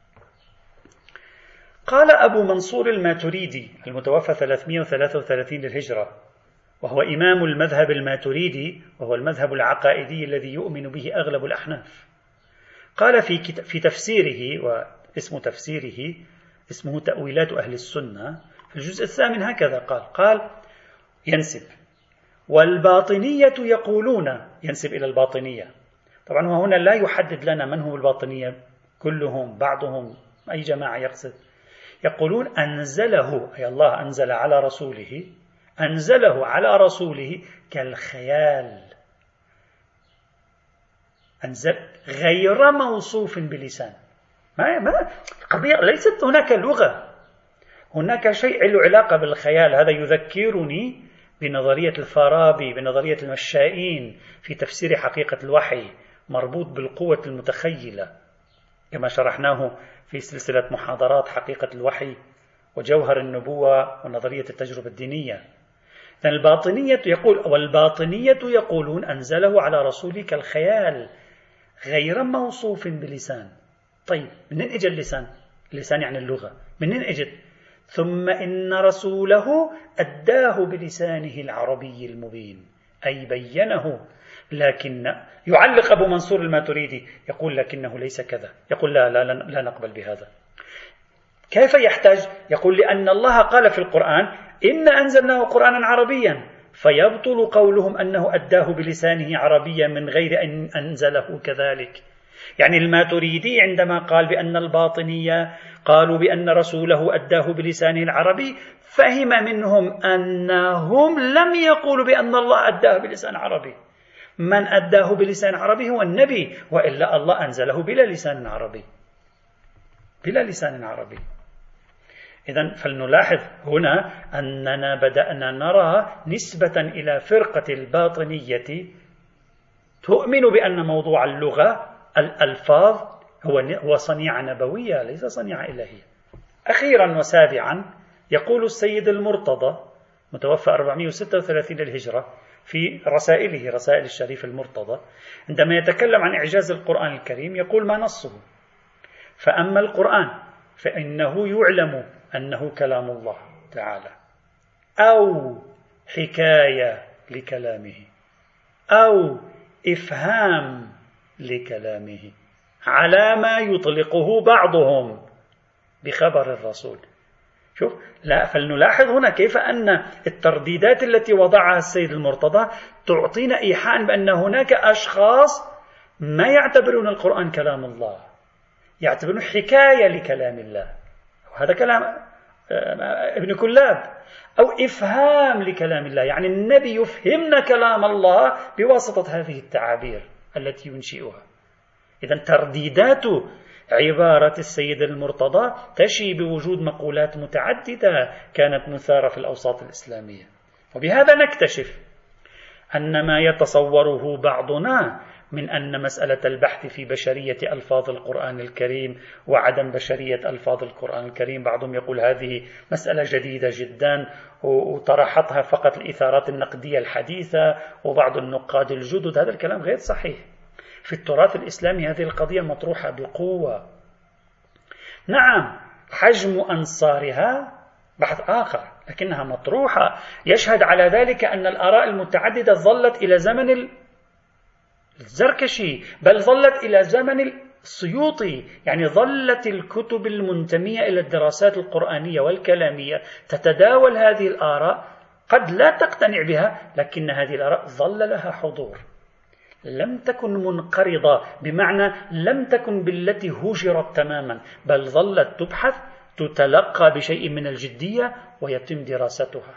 قال أبو منصور الماتريدي المتوفى 333 للهجرة، وهو إمام المذهب الماتريدي، وهو المذهب العقائدي الذي يؤمن به أغلب الأحناف، قال في تفسيره، واسم تفسيره اسمه تأويلات أهل السنة، في الجزء الثامن هكذا قال ينسب والباطنية يقولون، ينسب إلى الباطنية. طبعا هنا لا يحدد لنا من هو الباطنية، كلهم بعضهم أي جماعة يقصد؟ يقولون أنزله، أي الله أنزل على رسوله، أنزله على رسوله كالخيال، أنزل غير موصوف بلسان. ما القضية ليست هناك لغة، هناك شيء له علاقة بالخيال. هذا يذكرني بنظرية الفارابي، بنظرية المشائين في تفسير حقيقة الوحي، مربوط بالقوة المتخيلة كما شرحناه في سلسلة محاضرات حقيقة الوحي وجوهر النبوة ونظرية التجربة الدينية. الباطنية يقول، والباطنية يقولون أنزله على رسوله كالخيال غير موصوف بلسان. طيب منين اجى اللسان؟ اللسان يعني اللغة، منين اجت؟ ثم إن رسوله أداه بلسانه العربي المبين، أي بينه. لكن يعلق أبو منصور الماتريدي يقول لكنه ليس كذا، يقول لا نقبل بهذا. كيف يحتاج؟ يقول لأن الله قال في القرآن إن أنزلناه قرآنا عربيا، فيبطل قولهم أنه أداه بلسانه عربيا من غير أن أنزله كذلك. يعني الماتريدي عندما قال بأن الباطنية قالوا بأن رسوله أداه بلسانه العربي، فهم منهم أنهم لم يقولوا بأن الله أداه بلسان عربي. من أداه بلسان عربي هو النبي، وإلا الله أنزله بلا لسان عربي، بلا لسان عربي. إذن فلنلاحظ هنا أننا بدأنا نرى نسبة إلى فرقة الباطنية تؤمن بأن موضوع اللغة الألفاظ هو صنيعة نبوية ليس صنيعة إلهية. أخيرا وسابعا يقول السيد المرتضى متوفى 436 للهجرة في رسائله، رسائل الشريف المرتضى، عندما يتكلم عن إعجاز القرآن الكريم يقول ما نصه: فأما القرآن فإنه يعلم أنه كلام الله تعالى أو حكاية لكلامه أو إفهام لكلامه على ما يطلقه بعضهم بخبر الرسول. شوف، لا فلنلاحظ هنا كيف أن الترديدات التي وضعها السيد المرتضى تعطينا إيحاء بأن هناك أشخاص ما يعتبرون القرآن كلام الله، يعتبرون حكاية لكلام الله، وهذا كلام ابن كلاب، أو إفهام لكلام الله، يعني النبي يفهمنا كلام الله بواسطة هذه التعابير التي ينشئها. إذن ترديدات عبارة السيد المرتضى تشي بوجود مقولات متعددة كانت مثارة في الأوساط الإسلامية. وبهذا نكتشف أن ما يتصوره بعضنا من أن مسألة البحث في بشرية ألفاظ القرآن الكريم وعدم بشرية ألفاظ القرآن الكريم، بعضهم يقول هذه مسألة جديدة جدا وطرحتها فقط الإثارات النقدية الحديثة وبعض النقاد الجدد. هذا الكلام غير صحيح. في التراث الإسلامي هذه القضية مطروحة بقوة. نعم حجم أنصارها بحث آخر، لكنها مطروحة. يشهد على ذلك أن الآراء المتعددة ظلت إلى زمن الزركشي، بل ظلت إلى زمن السيوطي. يعني ظلت الكتب المنتمية إلى الدراسات القرآنية والكلامية تتداول هذه الآراء، قد لا تقتنع بها، لكن هذه الآراء ظل لها حضور، لم تكن منقرضة، بمعنى لم تكن بالتي هجرت تماما، بل ظلت تبحث، تتلقى بشيء من الجدية ويتم دراستها.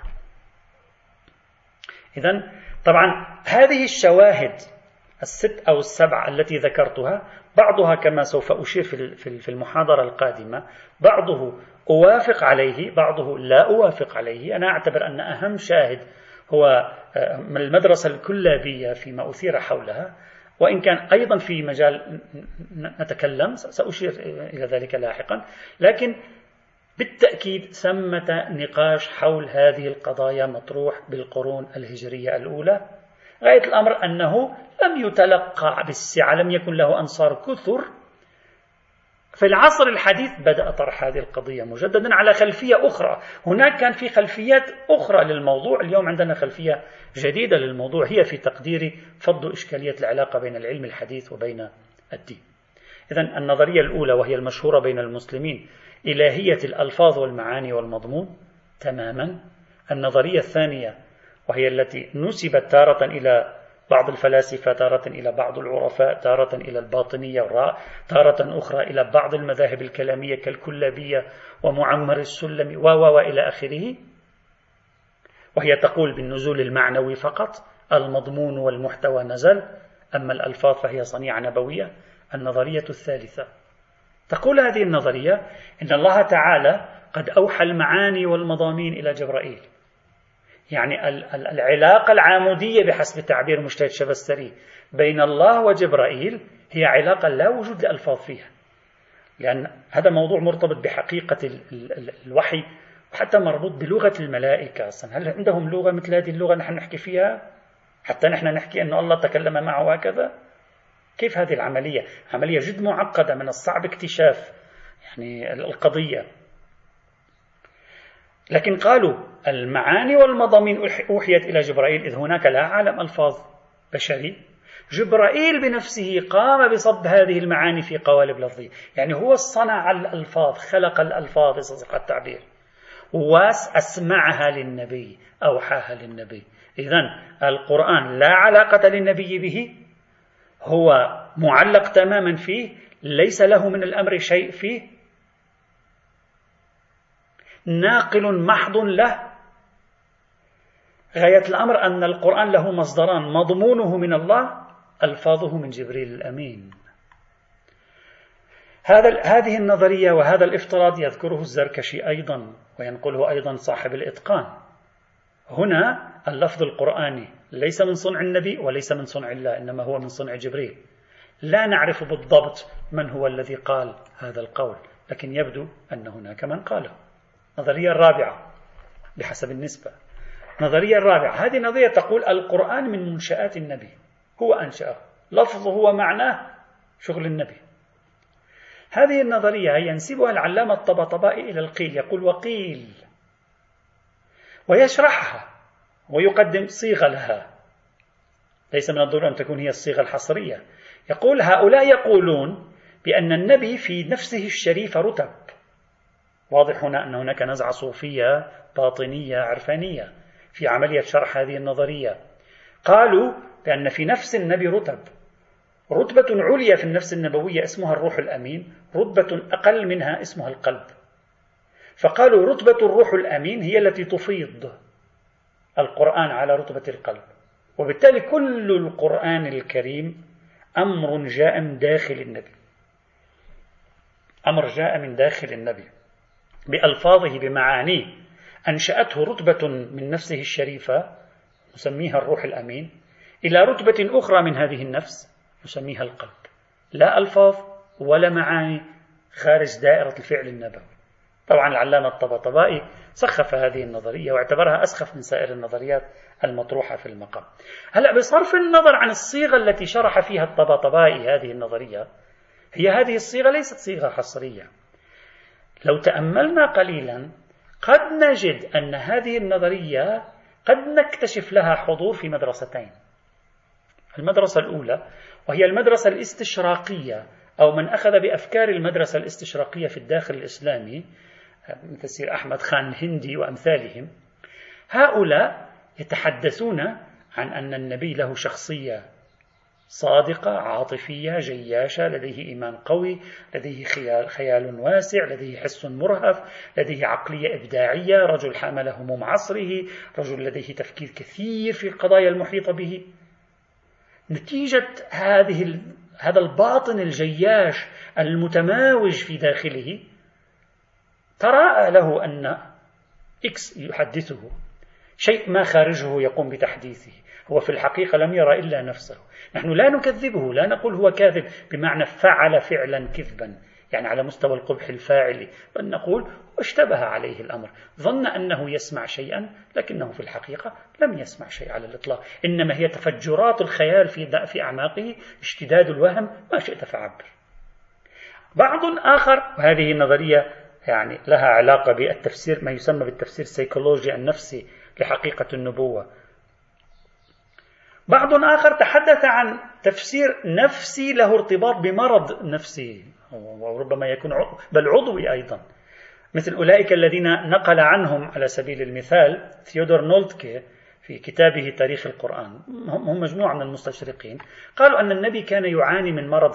إذن طبعا هذه الشواهد الست أو السبع التي ذكرتها، بعضها كما سوف أشير في المحاضرة القادمة، بعضه أوافق عليه، بعضه لا أوافق عليه. أنا أعتبر أن أهم شاهد هو من المدرسة الكلابية فيما أثير حولها، وإن كان أيضا في مجال نتكلم سأشير إلى ذلك لاحقا، لكن بالتأكيد ثمة نقاش حول هذه القضايا مطروح بالقرون الهجرية الأولى. غاية الأمر أنه لم يتلقى بالسعة، لم يكن له أنصار كثر. في العصر الحديث بدأ طرح هذه القضية مجددا على خلفية أخرى. هناك كان في خلفيات أخرى للموضوع، اليوم عندنا خلفية جديدة للموضوع، هي في تقديري فض إشكالية العلاقة بين العلم الحديث وبين الدين. إذن النظرية الأولى وهي المشهورة بين المسلمين إلهية الألفاظ والمعاني والمضمون تماما. النظرية الثانية وهي التي نسبت تارة إلى بعض الفلاسفة، تارة إلى بعض العرفاء، تارة إلى الباطنية، تارة أخرى إلى بعض المذاهب الكلامية كالكلابية ومعمر السلمي وإلى آخره، وهي تقول بالنزول المعنوي فقط، المضمون والمحتوى نزل، أما الألفاظ فهي صنيعة نبوية. النظرية الثالثة تقول هذه النظرية إن الله تعالى قد أوحى المعاني والمضامين إلى جبرائيل، يعني العلاقة العامودية بحسب تعبير مجتهد شبستري بين الله وجبرائيل هي علاقة لا وجود لألفاظ فيها، لأن هذا موضوع مرتبط بحقيقة الوحي وحتى مربوط بلغة الملائكة. هل عندهم لغة مثل هذه اللغة نحن نحكي فيها حتى نحن نحكي أن الله تكلم معه هكذا؟ كيف هذه العملية؟ عملية جد معقدة، من الصعب اكتشاف يعني القضية. لكن قالوا المعاني والمضامين أوحيت إلى جبرائيل، إذ هناك لا عالم ألفاظ بشري، جبرائيل بنفسه قام بصب هذه المعاني في قوالب لفظية، يعني هو صنع الألفاظ، خلق الألفاظ بصدق التعبير وأسمعها للنبي، أوحاها للنبي. إذن القرآن لا علاقة للنبي به، هو معلق تماما فيه، ليس له من الأمر شيء فيه، ناقل محض له. غاية الأمر أن القرآن له مصدران، مضمونه من الله، ألفاظه من جبريل الأمين. هذه النظرية وهذا الافتراض يذكره الزركشي أيضا، وينقله أيضا صاحب الإتقان. هنا اللفظ القرآني ليس من صنع النبي وليس من صنع الله، إنما هو من صنع جبريل. لا نعرف بالضبط من هو الذي قال هذا القول، لكن يبدو أن هناك من قاله. النظرية الرابعة بحسب النسبة، النظرية الرابعة هذه نظرية تقول القرآن من منشآت النبي، هو أنشأه، لفظه ومعناه شغل النبي. هذه النظرية ينسبها العلامة الطباطبائي إلى القيل، يقول وقيل، ويشرحها ويقدم صيغة لها، ليس من الضروري أن تكون هي الصيغة الحصرية. يقول هؤلاء يقولون بأن النبي في نفسه الشريفة رتب. واضح هنا أن هناك نزعة صوفية باطنية عرفانية في عملية شرح هذه النظرية. قالوا بأن في نفس النبي رتبة عليا في النفس النبوية اسمها الروح الأمين، رتبة أقل منها اسمها القلب. فقالوا رتبة الروح الأمين هي التي تفيض القرآن على رتبة القلب، وبالتالي كل القرآن الكريم أمر جاء من داخل النبي، أمر جاء من داخل النبي بألفاظه بمعانيه، أنشأته رتبة من نفسه الشريفة نسميها الروح الأمين إلى رتبة أخرى من هذه النفس نسميها القلب، لا ألفاظ ولا معاني خارج دائرة الفعل النبوي. طبعا العلامة الطباطبائي سخف هذه النظرية واعتبرها أسخف من سائر النظريات المطروحة في المقام. هلأ بصرف النظر عن الصيغة التي شرح فيها الطباطبائي هذه النظرية، هذه الصيغة ليست صيغة حصرية. لو تأملنا قليلا قد نجد أن هذه النظرية قد نكتشف لها حضور في مدرستين. المدرسة الأولى وهي المدرسة الاستشراقية، أو من أخذ بأفكار المدرسة الاستشراقية في الداخل الإسلامي مثل سير أحمد خان الهندي وأمثالهم. هؤلاء يتحدثون عن أن النبي له شخصية صادقة عاطفية جياشة، لديه إيمان قوي، لديه خيال واسع، لديه حس مرهف، لديه عقلية إبداعية، رجل حامل هموم عصره، رجل لديه تفكير كثير في القضايا المحيطة به. نتيجة هذا الباطن الجياش المتماوج في داخله تراءى له أن إكس يحدثه شيء ما خارجه يقوم بتحديثه، هو في الحقيقة لم يرى إلا نفسه. نحن لا نكذبه، لا نقول هو كاذب بمعنى فعل فعلا كذبا يعني على مستوى القبح الفاعلي، بل نقول اشتبه عليه الأمر، ظن أنه يسمع شيئا لكنه في الحقيقة لم يسمع شيء على الإطلاق، إنما هي تفجرات الخيال في أعماقه، اشتداد الوهم، ما شئت فعبر. بعض آخر، وهذه النظرية يعني لها علاقة بالتفسير ما يسمى بالتفسير السيكولوجي النفسي لحقيقة النبوة. بعض آخر تحدث عن تفسير نفسي له ارتباط بمرض نفسي، وربما يكون بل عضوي أيضا، مثل أولئك الذين نقل عنهم على سبيل المثال ثيودور نولتكي في كتابه تاريخ القرآن، هم مجموعة من المستشرقين، قالوا أن النبي كان يعاني من مرض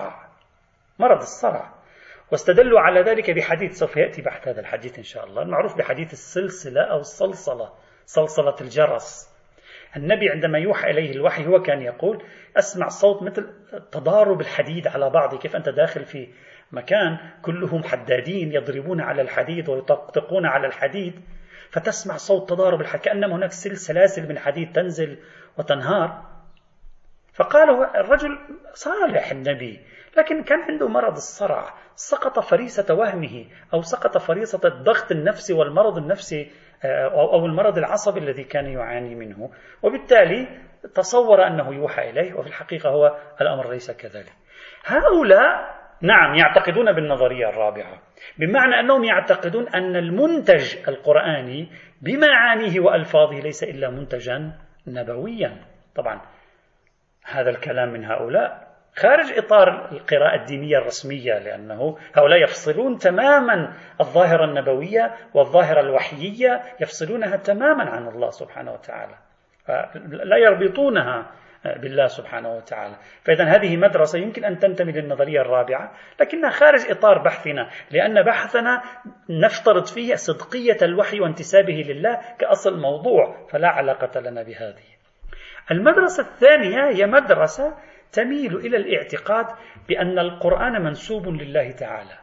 الصرع، واستدلوا على ذلك بحديث سوف يأتي بحث هذا الحديث إن شاء الله، المعروف بحديث السلسلة أو الصلصلة، صلصلة الجرس. النبي عندما يوحى إليه الوحي هو كان يقول: أسمع صوت مثل تضارب الحديد على بعضه، كيف أنت داخل في مكان كلهم حدادين يضربون على الحديد ويطقطقون على الحديد، فتسمع صوت تضارب الحديد كأنما هناك سلاسل من حديد تنزل وتنهار. فقالوا الرجل صالح النبي، لكن كان عنده مرض الصرع، سقط فريسة وهمه أو سقط فريسة الضغط النفسي والمرض النفسي أو المرض العصبي الذي كان يعاني منه، وبالتالي تصور أنه يوحى إليه، وفي الحقيقة هو الأمر ليس كذلك. هؤلاء نعم يعتقدون بالنظرية الرابعة، بمعنى أنهم يعتقدون أن المنتج القرآني بمعانيه وألفاظه ليس إلا منتجا نبويا. طبعا هذا الكلام من هؤلاء خارج إطار القراءة الدينية الرسمية، لأنه هؤلاء يفصلون تماما الظاهرة النبوية والظاهرة الوحيية، يفصلونها تماما عن الله سبحانه وتعالى، لا يربطونها بالله سبحانه وتعالى. فإذا هذه مدرسة يمكن أن تنتمي للنظرية الرابعة، لكنها خارج إطار بحثنا، لأن بحثنا نفترض فيه صدقية الوحي وانتسابه لله كأصل موضوع، فلا علاقة لنا بهذه. المدرسة الثانية هي مدرسة تميل إلى الاعتقاد بأن القرآن منسوب لله تعالى،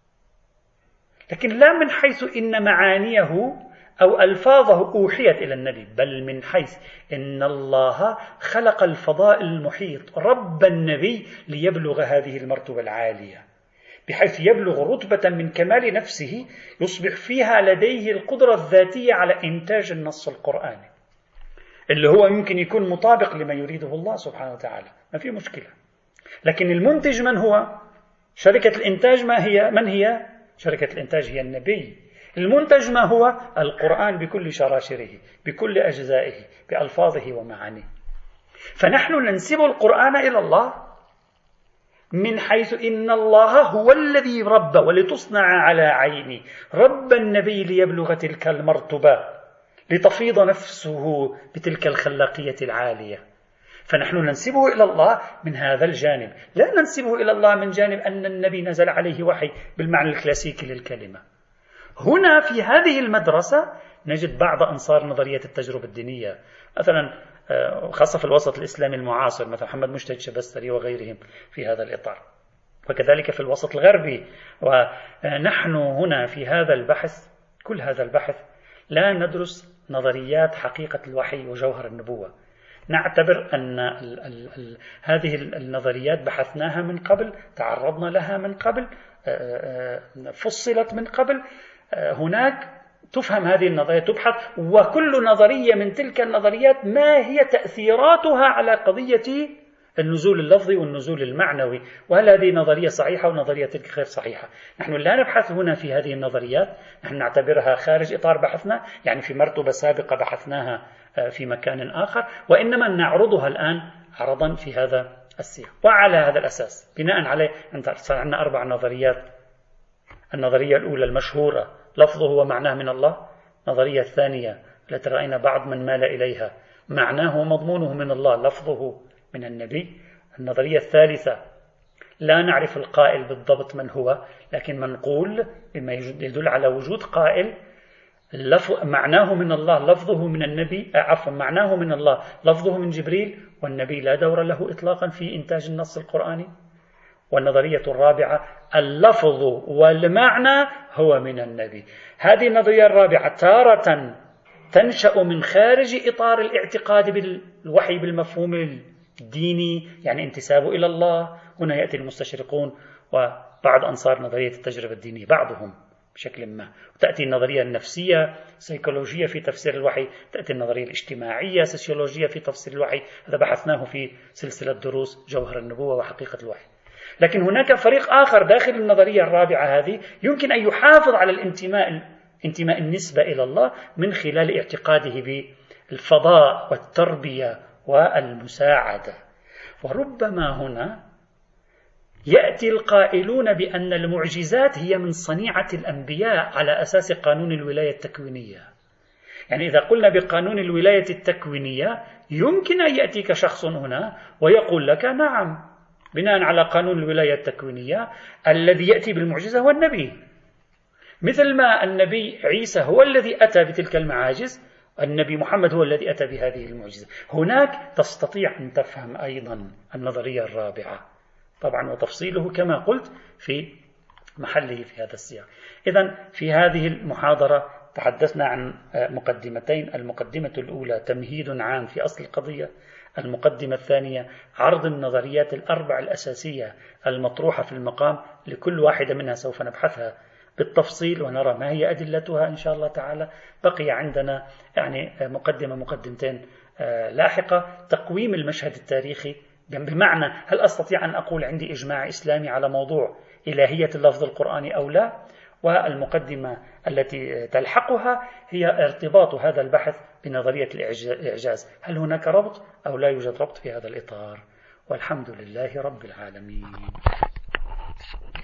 لكن لا من حيث إن معانيه أو ألفاظه أوحيت إلى النبي، بل من حيث إن الله خلق الفضاء المحيط، رب النبي ليبلغ هذه المرتبة العالية، بحيث يبلغ رتبة من كمال نفسه يصبح فيها لديه القدرة الذاتية على إنتاج النص القرآني، اللي هو يمكن يكون مطابق لما يريده الله سبحانه وتعالى، ما في مشكلة. لكن المنتج من هو؟ شركة الإنتاج من هي؟ شركة الإنتاج هي النبي. المنتج ما هو؟ القرآن بكل شراشره، بكل أجزائه، بألفاظه ومعانيه. فنحن ننسب القرآن إلى الله من حيث إن الله هو الذي رب ولتصنع على عيني، رب النبي ليبلغ تلك المرتبة، لتفيض نفسه بتلك الخلاقية العالية. فنحن ننسبه إلى الله من هذا الجانب، لا ننسبه إلى الله من جانب أن النبي نزل عليه وحي بالمعنى الكلاسيكي للكلمة. هنا في هذه المدرسة نجد بعض أنصار نظرية التجربة الدينية، مثلا خاصة في الوسط الإسلامي المعاصر، مثلا محمد مجتهد شبستري وغيرهم في هذا الإطار، وكذلك في الوسط الغربي. ونحن هنا في هذا البحث، كل هذا البحث، لا ندرس نظريات حقيقة الوحي وجوهر النبوة. نعتبر أن هذه النظريات بحثناها من قبل، تعرضنا لها من قبل، فصلت من قبل. هناك تفهم هذه النظرية، تبحث، وكل نظرية من تلك النظريات ما هي تأثيراتها على قضية النزول اللفظي والنزول المعنوي، وهل هذه نظرية صحيحة ونظرية تلك غير صحيحة. نحن لا نبحث هنا في هذه النظريات، نحن نعتبرها خارج إطار بحثنا، يعني في مرتبة سابقة بحثناها في مكان آخر، وإنما نعرضها الآن عرضا في هذا السياق. وعلى هذا الأساس بناء عليه صار عندنا 4 نظريات. النظرية الأولى المشهورة لفظه ومعناه من الله، النظرية الثانية التي رأينا بعض من مال إليها معناه ومضمونه من الله، لفظه من النبي. النظرية الثالثة لا نعرف القائل بالضبط من هو، لكن منقول بما يدل على وجود قائل، معناه من الله لفظه من النبي، معناه من الله لفظه من جبريل، والنبي لا دور له إطلاقا في إنتاج النص القرآني. والنظرية الرابعة اللفظ والمعنى هو من النبي. هذه النظرية الرابعة تارة تنشأ من خارج إطار الاعتقاد بالوحي بالمفهوم الديني، يعني انتسابه إلى الله. هنا يأتي المستشرقون وبعض أنصار نظرية التجربة الدينية، بعضهم بشكل ما، وتأتي النظرية النفسية سيكولوجية في تفسير الوحي، تأتي النظرية الاجتماعية سوسيولوجية في تفسير الوحي. هذا بحثناه في سلسلة دروس جوهر النبوة وحقيقة الوحي. لكن هناك فريق آخر داخل النظرية الرابعة هذه يمكن أن يحافظ على انتماء النسبة إلى الله من خلال اعتقاده بالفضاء والتربية والمساعدة. وربما هنا يأتي القائلون بأن المعجزات هي من صنيعة الأنبياء على أساس قانون الولاية التكوينية، يعني إذا قلنا بقانون الولاية التكوينية يمكن أن يأتيك شخص هنا ويقول لك نعم، بناء على قانون الولاية التكوينية الذي يأتي بالمعجزة هو النبي، مثل ما النبي عيسى هو الذي أتى بتلك المعاجز، النبي محمد هو الذي أتى بهذه المعجزة. هناك تستطيع أن تفهم أيضا النظرية الرابعة طبعا، وتفصيله كما قلت في محله في هذا السياق. إذن في هذه المحاضرة تحدثنا عن مقدمتين: المقدمة الأولى تمهيد عام في أصل القضية، المقدمة الثانية عرض النظريات الأربع الأساسية المطروحة في المقام، لكل واحدة منها سوف نبحثها بالتفصيل ونرى ما هي أدلتها إن شاء الله تعالى. بقي عندنا يعني مقدمتين لاحقة: تقويم المشهد التاريخي، بمعنى هل أستطيع أن أقول عندي إجماع إسلامي على موضوع إلهية اللفظ القرآني أو لا، والمقدمة التي تلحقها هي ارتباط هذا البحث بنظرية الإعجاز، هل هناك ربط أو لا يوجد ربط في هذا الإطار. والحمد لله رب العالمين.